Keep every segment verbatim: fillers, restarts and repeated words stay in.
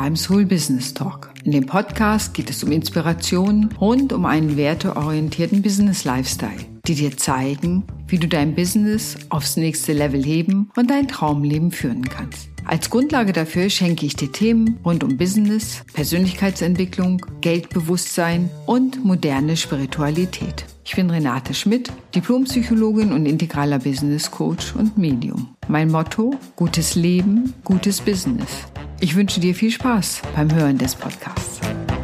beim Soul Business Talk. In dem Podcast geht es um Inspiration rund um einen werteorientierten Business Lifestyle, die dir zeigen, wie du dein Business aufs nächste Level heben und dein Traumleben führen kannst. Als Grundlage dafür schenke ich dir Themen rund um Business, Persönlichkeitsentwicklung, Geldbewusstsein und moderne Spiritualität. Ich bin Renate Schmidt, Diplompsychologin und integraler Business Coach und Medium. Mein Motto: gutes Leben, gutes Business. Ich wünsche dir viel Spaß beim Hören des Podcasts.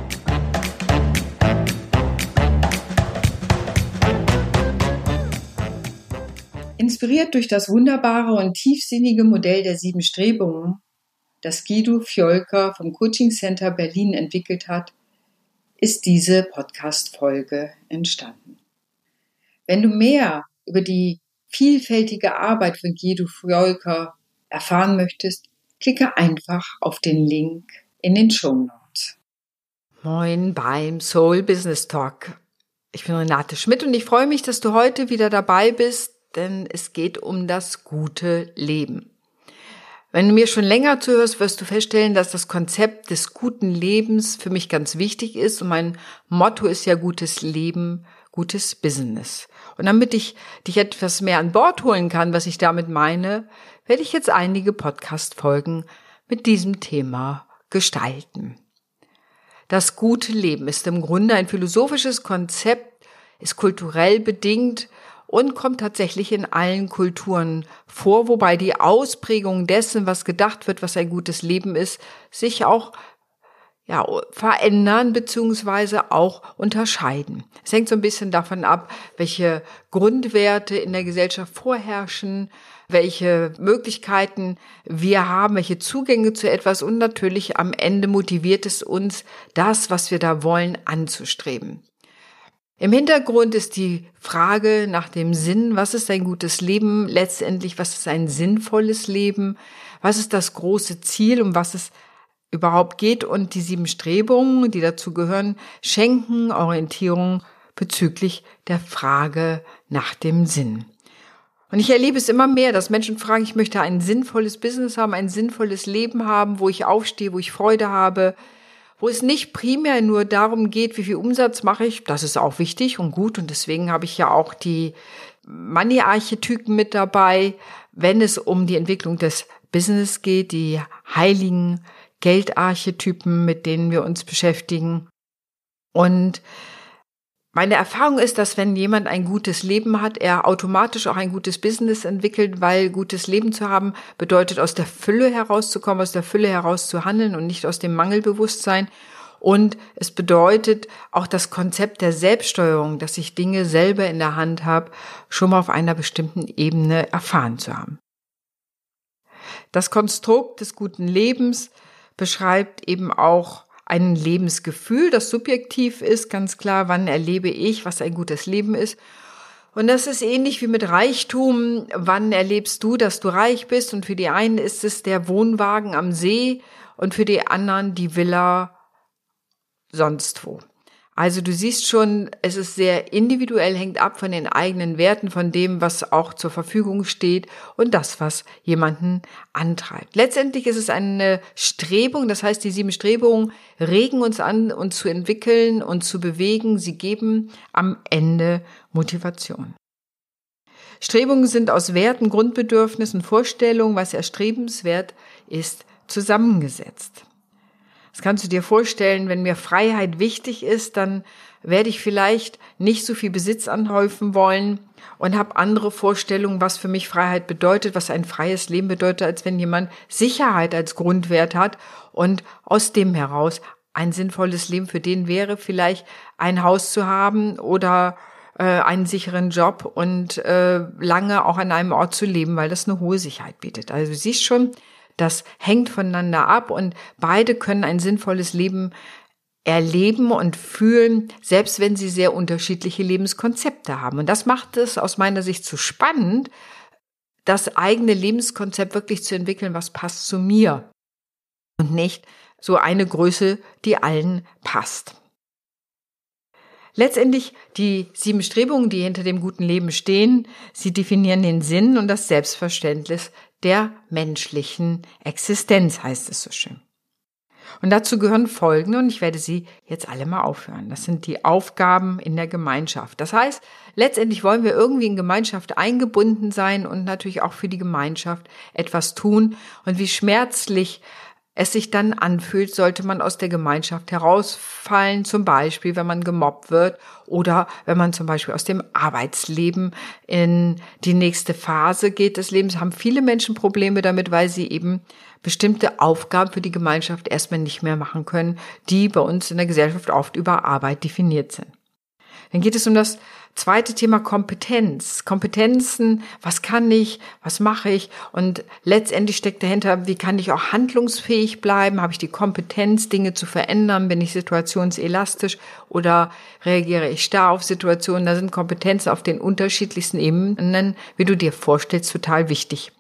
Inspiriert durch das wunderbare und tiefsinnige Modell der sieben Strebungen, das Guido Fjolker vom Coaching Center Berlin entwickelt hat, ist diese Podcast-Folge entstanden. Wenn du mehr über die vielfältige Arbeit von Guido Fjolker erfahren möchtest, klicke einfach auf den Link in den Shownotes. Moin beim Soul Business Talk. Ich bin Renate Schmidt und ich freue mich, dass du heute wieder dabei bist, denn es geht um das gute Leben. Wenn du mir schon länger zuhörst, wirst du feststellen, dass das Konzept des guten Lebens für mich ganz wichtig ist und mein Motto ist ja gutes Leben, gutes Business. Und damit ich dich etwas mehr an Bord holen kann, was ich damit meine, werde ich jetzt einige Podcast-Folgen mit diesem Thema gestalten. Das gute Leben ist im Grunde ein philosophisches Konzept, ist kulturell bedingt und kommt tatsächlich in allen Kulturen vor, wobei die Ausprägung dessen, was gedacht wird, was ein gutes Leben ist, sich auch ja, verändern bzw. auch unterscheiden. Es hängt so ein bisschen davon ab, welche Grundwerte in der Gesellschaft vorherrschen, welche Möglichkeiten wir haben, welche Zugänge zu etwas und natürlich am Ende motiviert es uns, das, was wir da wollen, anzustreben. Im Hintergrund ist die Frage nach dem Sinn, was ist ein gutes Leben, letztendlich was ist ein sinnvolles Leben, was ist das große Ziel, um was es überhaupt geht und die sieben Strebungen, die dazu gehören, schenken Orientierung bezüglich der Frage nach dem Sinn. Und ich erlebe es immer mehr, dass Menschen fragen, ich möchte ein sinnvolles Business haben, ein sinnvolles Leben haben, wo ich aufstehe, wo ich Freude habe, wo es nicht primär nur darum geht, wie viel Umsatz mache ich, das ist auch wichtig und gut und deswegen habe ich ja auch die Money-Archetypen mit dabei, wenn es um die Entwicklung des Business geht, die heiligen Geldarchetypen, mit denen wir uns beschäftigen. Und meine Erfahrung ist, dass wenn jemand ein gutes Leben hat, er automatisch auch ein gutes Business entwickelt, weil gutes Leben zu haben bedeutet, aus der Fülle herauszukommen, aus der Fülle heraus zu handeln und nicht aus dem Mangelbewusstsein. Und es bedeutet auch das Konzept der Selbststeuerung, dass ich Dinge selber in der Hand habe, schon mal auf einer bestimmten Ebene erfahren zu haben. Das Konstrukt des guten Lebens beschreibt eben auch ein Lebensgefühl, das subjektiv ist, ganz klar, wann erlebe ich, was ein gutes Leben ist. Und das ist ähnlich wie mit Reichtum, wann erlebst du, dass du reich bist? Und für die einen ist es der Wohnwagen am See und für die anderen die Villa sonst wo. Also du siehst schon, es ist sehr individuell, hängt ab von den eigenen Werten, von dem, was auch zur Verfügung steht und das, was jemanden antreibt. Letztendlich ist es eine Strebung, das heißt, die sieben Strebungen regen uns an, uns zu entwickeln und zu bewegen. Sie geben am Ende Motivation. Strebungen sind aus Werten, Grundbedürfnissen, Vorstellungen, was erstrebenswert ist, zusammengesetzt. Das kannst du dir vorstellen, wenn mir Freiheit wichtig ist, dann werde ich vielleicht nicht so viel Besitz anhäufen wollen und habe andere Vorstellungen, was für mich Freiheit bedeutet, was ein freies Leben bedeutet, als wenn jemand Sicherheit als Grundwert hat und aus dem heraus ein sinnvolles Leben für den wäre, vielleicht ein Haus zu haben oder äh, einen sicheren Job und äh, lange auch an einem Ort zu leben, weil das eine hohe Sicherheit bietet. Also du siehst schon, das hängt voneinander ab und beide können ein sinnvolles Leben erleben und fühlen, selbst wenn sie sehr unterschiedliche Lebenskonzepte haben. Und das macht es aus meiner Sicht so spannend, das eigene Lebenskonzept wirklich zu entwickeln, was passt zu mir und nicht so eine Größe, die allen passt. Letztendlich die sieben Strebungen, die hinter dem guten Leben stehen, sie definieren den Sinn und das Selbstverständnis der menschlichen Existenz, heißt es so schön. Und dazu gehören folgende, und ich werde sie jetzt alle mal aufhören. Das sind die Aufgaben in der Gemeinschaft. Das heißt, letztendlich wollen wir irgendwie in Gemeinschaft eingebunden sein und natürlich auch für die Gemeinschaft etwas tun. Und wie schmerzlich es sich dann anfühlt, sollte man aus der Gemeinschaft herausfallen, zum Beispiel, wenn man gemobbt wird oder wenn man zum Beispiel aus dem Arbeitsleben in die nächste Phase geht des Lebens, haben viele Menschen Probleme damit, weil sie eben bestimmte Aufgaben für die Gemeinschaft erstmal nicht mehr machen können, die bei uns in der Gesellschaft oft über Arbeit definiert sind. Dann geht es um das zweite Thema Kompetenz. Kompetenzen, was kann ich, was mache ich? Und letztendlich steckt dahinter, wie kann ich auch handlungsfähig bleiben? Habe ich die Kompetenz, Dinge zu verändern? Bin ich situationselastisch oder reagiere ich starr auf Situationen? Da sind Kompetenzen auf den unterschiedlichsten Ebenen, wie du dir vorstellst, total wichtig.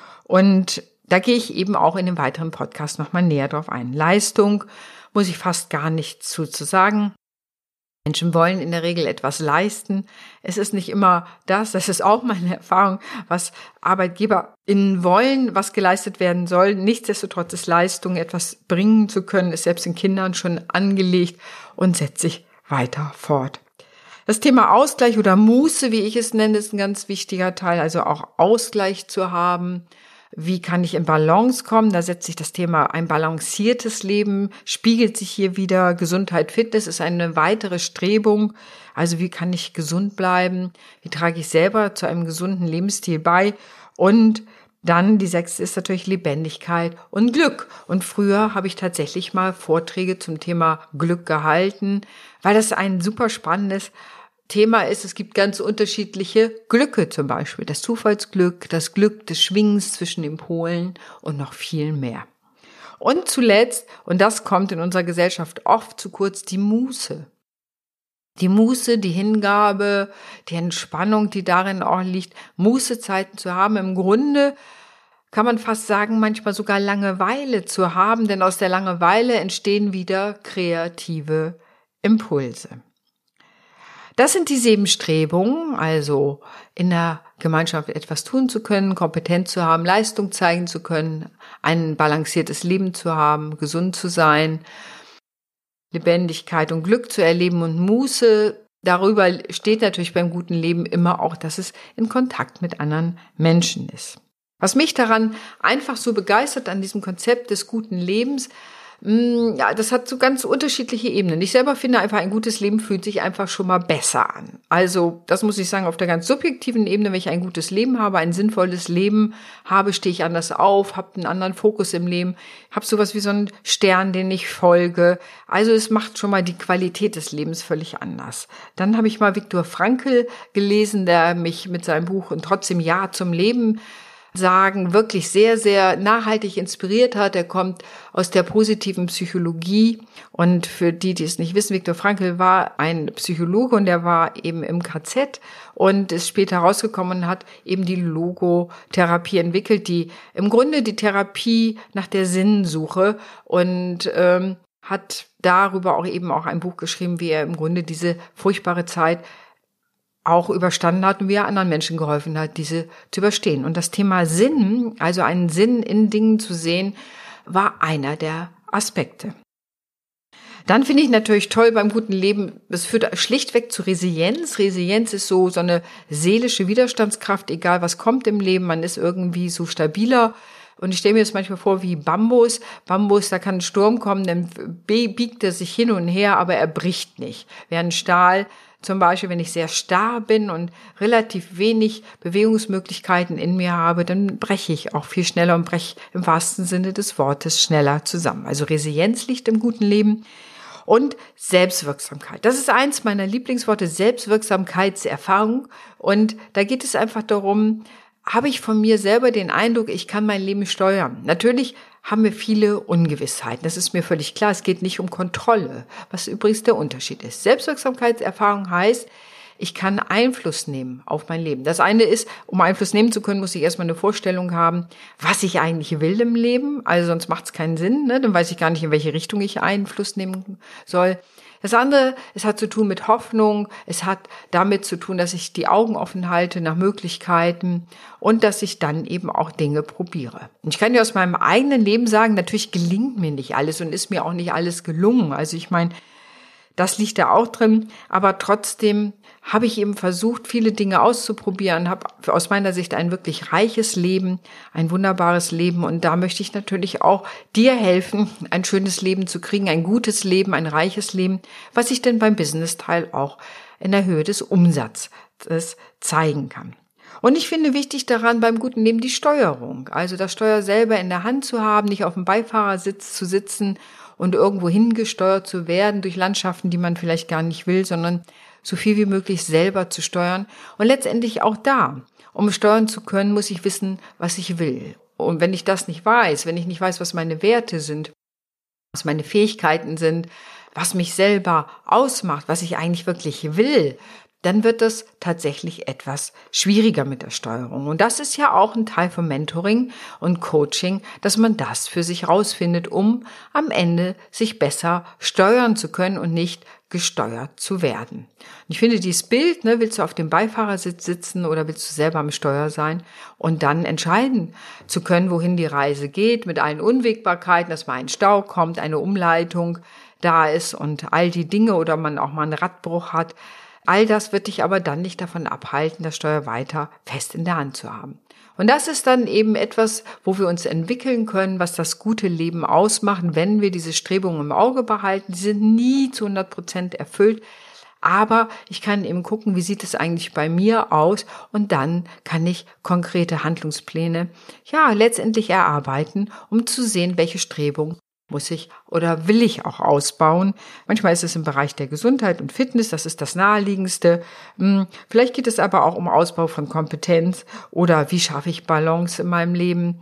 Und da gehe ich eben auch in dem weiteren Podcast nochmal näher drauf ein. Leistung muss ich fast gar nichts zu, zu sagen. Menschen wollen in der Regel etwas leisten. Es ist nicht immer das, das ist auch meine Erfahrung, was ArbeitgeberInnen wollen, was geleistet werden soll. Nichtsdestotrotz ist Leistung, etwas bringen zu können, ist selbst in Kindern schon angelegt und setzt sich weiter fort. Das Thema Ausgleich oder Muße, wie ich es nenne, ist ein ganz wichtiger Teil, also auch Ausgleich zu haben. Wie kann ich in Balance kommen? Da setzt sich das Thema ein balanciertes Leben, spiegelt sich hier wieder. Gesundheit, Fitness ist eine weitere Strebung. Also wie kann ich gesund bleiben? Wie trage ich selber zu einem gesunden Lebensstil bei? Und dann die sechste ist natürlich Lebendigkeit und Glück. Und früher habe ich tatsächlich mal Vorträge zum Thema Glück gehalten, weil das ein super spannendes Thema ist, es gibt ganz unterschiedliche Glücke, zum Beispiel das Zufallsglück, das Glück des Schwingens zwischen den Polen und noch viel mehr. Und zuletzt, und das kommt in unserer Gesellschaft oft zu kurz, die Muße. Die Muße, die Hingabe, die Entspannung, die darin auch liegt, Mußezeiten zu haben. Im Grunde kann man fast sagen, manchmal sogar Langeweile zu haben, denn aus der Langeweile entstehen wieder kreative Impulse. Das sind die sieben Strebungen, also in der Gemeinschaft etwas tun zu können, kompetent zu haben, Leistung zeigen zu können, ein balanciertes Leben zu haben, gesund zu sein, Lebendigkeit und Glück zu erleben und Muße. Darüber steht natürlich beim guten Leben immer auch, dass es in Kontakt mit anderen Menschen ist. Was mich daran einfach so begeistert an diesem Konzept des guten Lebens, ja, das hat so ganz unterschiedliche Ebenen. Ich selber finde einfach, ein gutes Leben fühlt sich einfach schon mal besser an. Also, das muss ich sagen, auf der ganz subjektiven Ebene, wenn ich ein gutes Leben habe, ein sinnvolles Leben habe, stehe ich anders auf, habe einen anderen Fokus im Leben, habe sowas wie so einen Stern, den ich folge. Also, es macht schon mal die Qualität des Lebens völlig anders. Dann habe ich mal Viktor Frankl gelesen, der mich mit seinem Buch und trotzdem Ja zum Leben sagen, wirklich sehr, sehr nachhaltig inspiriert hat. Er kommt aus der positiven Psychologie und für die, die es nicht wissen, Viktor Frankl war ein Psychologe und der war eben im K Z und ist später rausgekommen und hat eben die Logotherapie entwickelt, die im Grunde die Therapie nach der Sinnsuche und ähm, hat darüber auch eben auch ein Buch geschrieben, wie er im Grunde diese furchtbare Zeit auch überstanden hat und wie er anderen Menschen geholfen hat, diese zu überstehen. Und das Thema Sinn, also einen Sinn in Dingen zu sehen, war einer der Aspekte. Dann finde ich natürlich toll beim guten Leben, es führt schlichtweg zu Resilienz. Resilienz ist so, so eine seelische Widerstandskraft, egal was kommt im Leben, man ist irgendwie so stabiler. Und ich stelle mir das manchmal vor wie Bambus. Bambus, da kann ein Sturm kommen, dann biegt er sich hin und her, aber er bricht nicht. Während Stahl, zum Beispiel, wenn ich sehr starr bin und relativ wenig Bewegungsmöglichkeiten in mir habe, dann breche ich auch viel schneller und breche im wahrsten Sinne des Wortes schneller zusammen. Also Resilienz liegt im guten Leben und Selbstwirksamkeit. Das ist eins meiner Lieblingsworte, Selbstwirksamkeitserfahrung. Und da geht es einfach darum, habe ich von mir selber den Eindruck, ich kann mein Leben steuern. Natürlich haben wir viele Ungewissheiten. Das ist mir völlig klar. Es geht nicht um Kontrolle, was übrigens der Unterschied ist. Selbstwirksamkeitserfahrung heißt, ich kann Einfluss nehmen auf mein Leben. Das eine ist, um Einfluss nehmen zu können, muss ich erstmal eine Vorstellung haben, was ich eigentlich will im Leben. Also sonst macht es keinen Sinn, ne? Dann weiß ich gar nicht, in welche Richtung ich Einfluss nehmen soll. Das andere, es hat zu tun mit Hoffnung, es hat damit zu tun, dass ich die Augen offen halte nach Möglichkeiten und dass ich dann eben auch Dinge probiere. Und ich kann dir aus meinem eigenen Leben sagen, natürlich gelingt mir nicht alles und ist mir auch nicht alles gelungen. Also ich meine, das liegt da auch drin, aber trotzdem habe ich eben versucht, viele Dinge auszuprobieren, habe aus meiner Sicht ein wirklich reiches Leben, ein wunderbares Leben und da möchte ich natürlich auch dir helfen, ein schönes Leben zu kriegen, ein gutes Leben, ein reiches Leben, was ich denn beim Business-Teil auch in der Höhe des Umsatzes zeigen kann. Und ich finde wichtig daran beim guten Leben die Steuerung, also das Steuer selber in der Hand zu haben, nicht auf dem Beifahrersitz zu sitzen und irgendwo hingesteuert zu werden durch Landschaften, die man vielleicht gar nicht will, sondern so viel wie möglich selber zu steuern. Und letztendlich auch da, um steuern zu können, muss ich wissen, was ich will. Und wenn ich das nicht weiß, wenn ich nicht weiß, was meine Werte sind, was meine Fähigkeiten sind, was mich selber ausmacht, was ich eigentlich wirklich will, dann wird das tatsächlich etwas schwieriger mit der Steuerung. Und das ist ja auch ein Teil von Mentoring und Coaching, dass man das für sich rausfindet, um am Ende sich besser steuern zu können und nicht gesteuert zu werden. Und ich finde dieses Bild, ne, willst du auf dem Beifahrersitz sitzen oder willst du selber am Steuer sein und dann entscheiden zu können, wohin die Reise geht, mit allen Unwägbarkeiten, dass mal ein Stau kommt, eine Umleitung da ist und all die Dinge oder man auch mal einen Radbruch hat. All das wird dich aber dann nicht davon abhalten, das Steuer weiter fest in der Hand zu haben. Und das ist dann eben etwas, wo wir uns entwickeln können, was das gute Leben ausmacht, wenn wir diese Strebungen im Auge behalten. Die sind nie zu hundert Prozent erfüllt, aber ich kann eben gucken, wie sieht es eigentlich bei mir aus und dann kann ich konkrete Handlungspläne, ja, letztendlich erarbeiten, um zu sehen, welche Strebung muss ich oder will ich auch ausbauen. Manchmal ist es im Bereich der Gesundheit und Fitness, das ist das Naheliegendste. Vielleicht geht es aber auch um Ausbau von Kompetenz oder wie schaffe ich Balance in meinem Leben?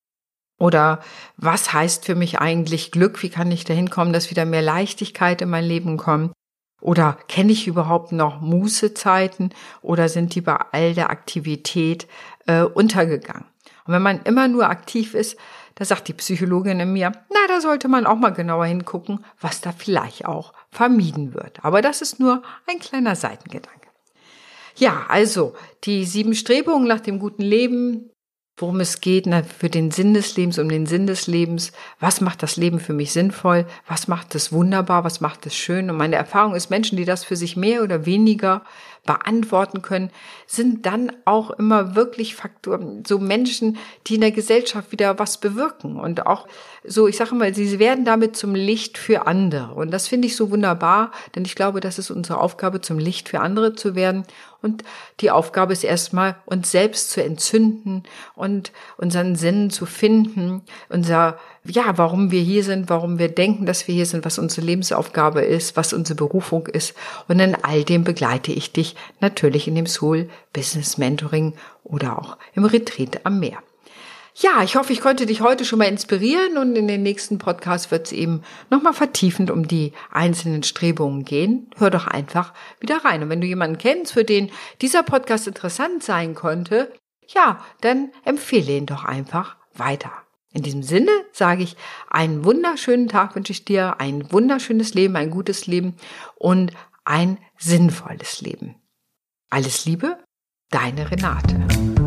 Oder was heißt für mich eigentlich Glück? Wie kann ich dahin kommen, dass wieder mehr Leichtigkeit in mein Leben kommt? Oder kenne ich überhaupt noch Mußezeiten oder sind die bei all der Aktivität äh, untergegangen? Und wenn man immer nur aktiv ist, da sagt die Psychologin in mir, na, da sollte man auch mal genauer hingucken, was da vielleicht auch vermieden wird. Aber das ist nur ein kleiner Seitengedanke. Ja, also die sieben Strebungen nach dem guten Leben, worum es geht, na, für den Sinn des Lebens, um den Sinn des Lebens. Was macht das Leben für mich sinnvoll? Was macht es wunderbar? Was macht es schön? Und meine Erfahrung ist, Menschen, die das für sich mehr oder weniger beantworten können, sind dann auch immer wirklich Faktoren, so Menschen, die in der Gesellschaft wieder was bewirken und auch so, ich sage mal, sie werden damit zum Licht für andere und das finde ich so wunderbar, denn ich glaube, das ist unsere Aufgabe, zum Licht für andere zu werden und die Aufgabe ist erstmal, uns selbst zu entzünden und unseren Sinn zu finden, unser, ja, warum wir hier sind, warum wir denken, dass wir hier sind, was unsere Lebensaufgabe ist, was unsere Berufung ist und in all dem begleite ich dich natürlich in dem Soul Business Mentoring oder auch im Retreat am Meer. Ja, ich hoffe, ich konnte dich heute schon mal inspirieren und in den nächsten Podcast wird es eben nochmal vertiefend um die einzelnen Strebungen gehen. Hör doch einfach wieder rein. Und wenn du jemanden kennst, für den dieser Podcast interessant sein könnte, ja, dann empfehle ihn doch einfach weiter. In diesem Sinne sage ich, einen wunderschönen Tag wünsche ich dir, ein wunderschönes Leben, ein gutes Leben und ein sinnvolles Leben. Alles Liebe, deine Renate.